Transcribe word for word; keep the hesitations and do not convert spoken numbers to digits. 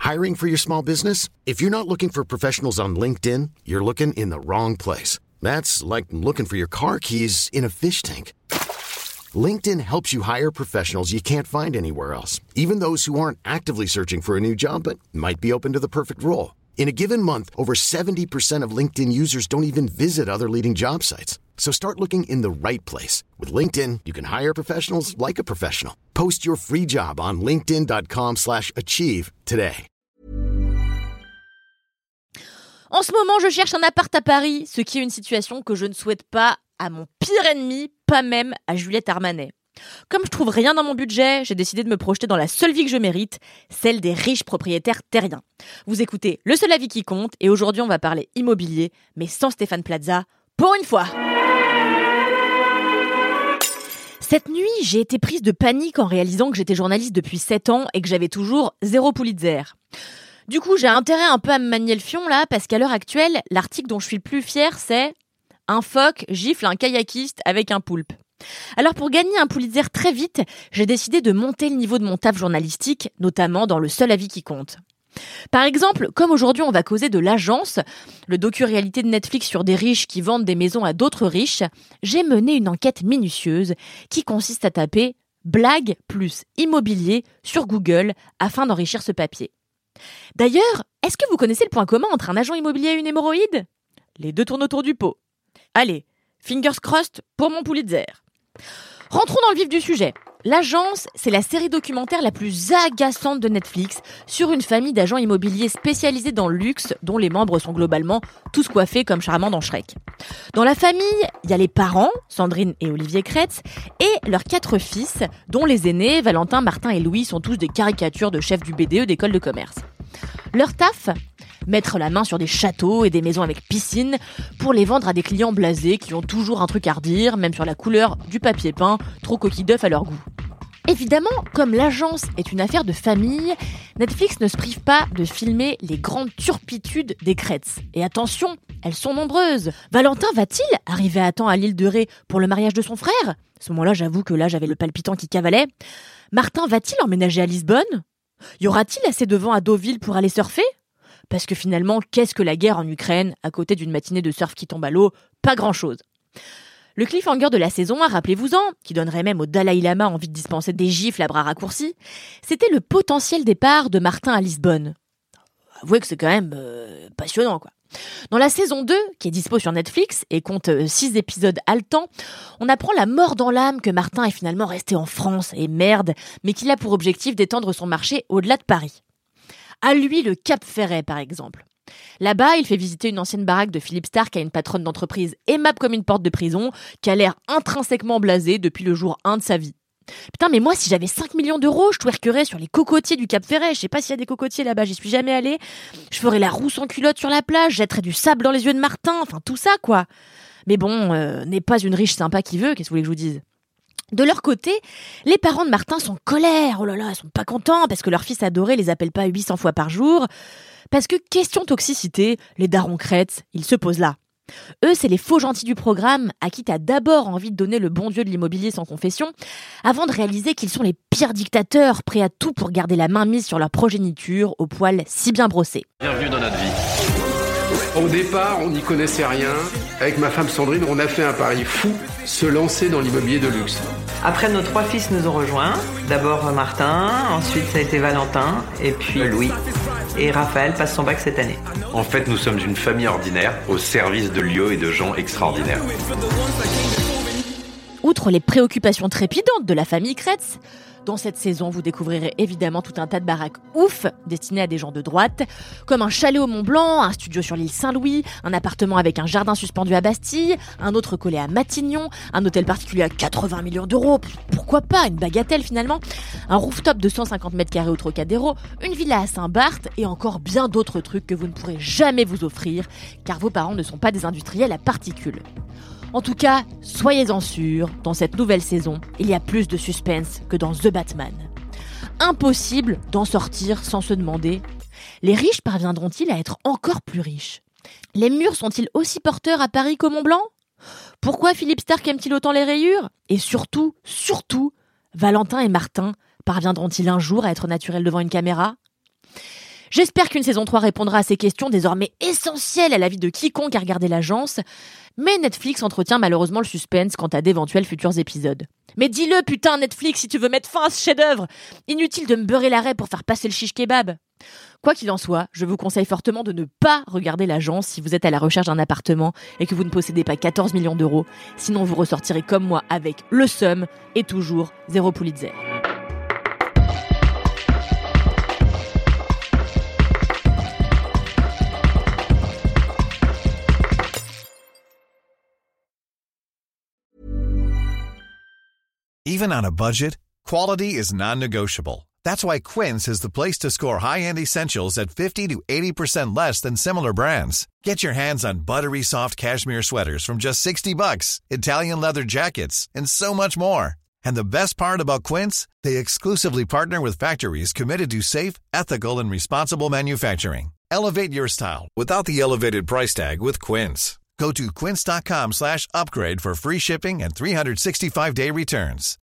Hiring for your small business? If you're not looking for professionals on LinkedIn, you're looking in the wrong place. That's like looking for your car keys in a fish tank. LinkedIn helps you hire professionals you can't find anywhere else, even those who aren't actively searching for a new job but might be open to the perfect role. In a given month, over seventy percent of LinkedIn users don't even visit other leading job sites. So start looking in the right place. With LinkedIn, you can hire professionals like a professional. Post your free job on linkedin.com slash achieve today. En ce moment, je cherche un appart à Paris, ce qui est une situation que je ne souhaite pas à mon pire ennemi, pas même à Juliette Armanet. Comme je trouve rien dans mon budget, j'ai décidé de me projeter dans la seule vie que je mérite, celle des riches propriétaires terriens. Vous écoutez Le Seul Avis qui compte, et aujourd'hui on va parler immobilier, mais sans Stéphane Plaza, pour une fois. Cette nuit, j'ai été prise de panique en réalisant que j'étais journaliste depuis sept ans et que j'avais toujours zéro Pulitzer. Du coup, j'ai intérêt un peu à me manier le fion là, parce qu'à l'heure actuelle, l'article dont je suis le plus fière, c'est « Un phoque gifle un kayakiste avec un poulpe ». Alors pour gagner un Pulitzer très vite, j'ai décidé de monter le niveau de mon taf journalistique, notamment dans Le Seul Avis qui compte. Par exemple, comme aujourd'hui on va causer de l'agence, le docu-réalité de Netflix sur des riches qui vendent des maisons à d'autres riches, j'ai mené une enquête minutieuse qui consiste à taper « blague plus immobilier » sur Google afin d'enrichir ce papier. D'ailleurs, est-ce que vous connaissez le point commun entre un agent immobilier et une hémorroïde ? Les deux tournent autour du pot. Allez, fingers crossed pour mon Pulitzer. Rentrons dans le vif du sujet. L'agence, c'est la série documentaire la plus agaçante de Netflix sur une famille d'agents immobiliers spécialisés dans le luxe dont les membres sont globalement tous coiffés comme Charmant dans Shrek. Dans la famille, il y a les parents, Sandrine et Olivier Kretz, et leurs quatre fils, dont les aînés, Valentin, Martin et Louis, sont tous des caricatures de chefs du B D E d'école de commerce. Leur taf ? Mettre la main sur des châteaux et des maisons avec piscine pour les vendre à des clients blasés qui ont toujours un truc à redire, même sur la couleur du papier peint, trop coquille d'œuf à leur goût. Évidemment, comme l'agence est une affaire de famille, Netflix ne se prive pas de filmer les grandes turpitudes des Kretz. Et attention, elles sont nombreuses. Valentin va-t-il arriver à temps à l'île de Ré pour le mariage de son frère ? À ce moment-là, j'avoue que là, j'avais le palpitant qui cavalait. Martin va-t-il emménager à Lisbonne ? Y aura-t-il assez de vent à Deauville pour aller surfer ? Parce que finalement, qu'est-ce que la guerre en Ukraine à côté d'une matinée de surf qui tombe à l'eau ? Pas grand-chose. Le cliffhanger de la saison, rappelez-vous-en, qui donnerait même au Dalai Lama envie de dispenser des gifles à bras raccourcis, c'était le potentiel départ de Martin à Lisbonne. Avouez que c'est quand même euh, passionnant, quoi. Dans la saison deux, qui est dispo sur Netflix et compte six épisodes haletants, on apprend la mort dans l'âme que Martin est finalement resté en France, et merde, mais qu'il a pour objectif d'étendre son marché au-delà de Paris. À lui le Cap Ferret, par exemple. Là-bas, il fait visiter une ancienne baraque de Philippe Stark à une patronne d'entreprise aimable comme une porte de prison, qui a l'air intrinsèquement blasée depuis le jour un de sa vie. Putain, mais moi, si j'avais cinq millions d'euros, je twerkerais sur les cocotiers du Cap Ferret. Je sais pas s'il y a des cocotiers là-bas, j'y suis jamais allée. Je ferais la roue sans culotte sur la plage, jetterais du sable dans les yeux de Martin, enfin tout ça, quoi. Mais bon, euh, n'est pas une riche sympa qui veut, qu'est-ce que vous voulez que je vous dise ? De leur côté, les parents de Martin sont en colère. Oh là là, ils sont pas contents parce que leur fils adoré les appelle pas huit cents fois par jour. Parce que, question toxicité, les darons Kretz, ils se posent là. Eux, c'est les faux gentils du programme à qui t'as d'abord envie de donner le bon Dieu de l'immobilier sans confession, avant de réaliser qu'ils sont les pires dictateurs, prêts à tout pour garder la main mise sur leur progéniture, aux poils si bien brossés. Bienvenue dans notre vie. Au départ, on n'y connaissait rien. Avec ma femme Sandrine, on a fait un pari fou, se lancer dans l'immobilier de luxe. Après, nos trois fils nous ont rejoints. D'abord Martin, ensuite ça a été Valentin, et puis Louis. Et Raphaël passe son bac cette année. En fait, nous sommes une famille ordinaire au service de lieux et de gens extraordinaires. Outre les préoccupations trépidantes de la famille Kretz, dans cette saison, vous découvrirez évidemment tout un tas de baraques ouf destinées à des gens de droite, comme un chalet au Mont-Blanc, un studio sur l'île Saint-Louis, un appartement avec un jardin suspendu à Bastille, un autre collé à Matignon, un hôtel particulier à quatre-vingts millions d'euros, pourquoi pas, une bagatelle finalement, un rooftop de cent cinquante mètres carrés au Trocadéro, une villa à Saint-Barth et encore bien d'autres trucs que vous ne pourrez jamais vous offrir, car vos parents ne sont pas des industriels à particules. En tout cas, soyez-en sûrs, dans cette nouvelle saison, il y a plus de suspense que dans The Batman. Impossible d'en sortir sans se demander « Les riches parviendront-ils à être encore plus riches ? Les murs sont-ils aussi porteurs à Paris qu'au Mont-Blanc ? Pourquoi Philippe Stark aime-t-il autant les rayures ? Et surtout, surtout, Valentin et Martin parviendront-ils un jour à être naturels devant une caméra ? J'espère qu'une saison trois répondra à ces questions désormais essentielles à la vie de quiconque a regardé l'agence, mais Netflix entretient malheureusement le suspense quant à d'éventuels futurs épisodes. Mais dis-le putain Netflix si tu veux mettre fin à ce chef-d'œuvre. Inutile de me beurrer l'arrêt pour faire passer le shish kebab. Quoi qu'il en soit, je vous conseille fortement de ne pas regarder l'agence si vous êtes à la recherche d'un appartement et que vous ne possédez pas quatorze millions d'euros, sinon vous ressortirez comme moi avec le seum et toujours zéro Pulitzer. Even on a budget, quality is non-negotiable. That's why Quince is the place to score high-end essentials at fifty to eighty percent less than similar brands. Get your hands on buttery soft cashmere sweaters from just sixty bucks, Italian leather jackets, and so much more. And the best part about Quince, they exclusively partner with factories committed to safe, ethical, and responsible manufacturing. Elevate your style without the elevated price tag with Quince. Go to quince.com slash upgrade for free shipping and three sixty-five day returns.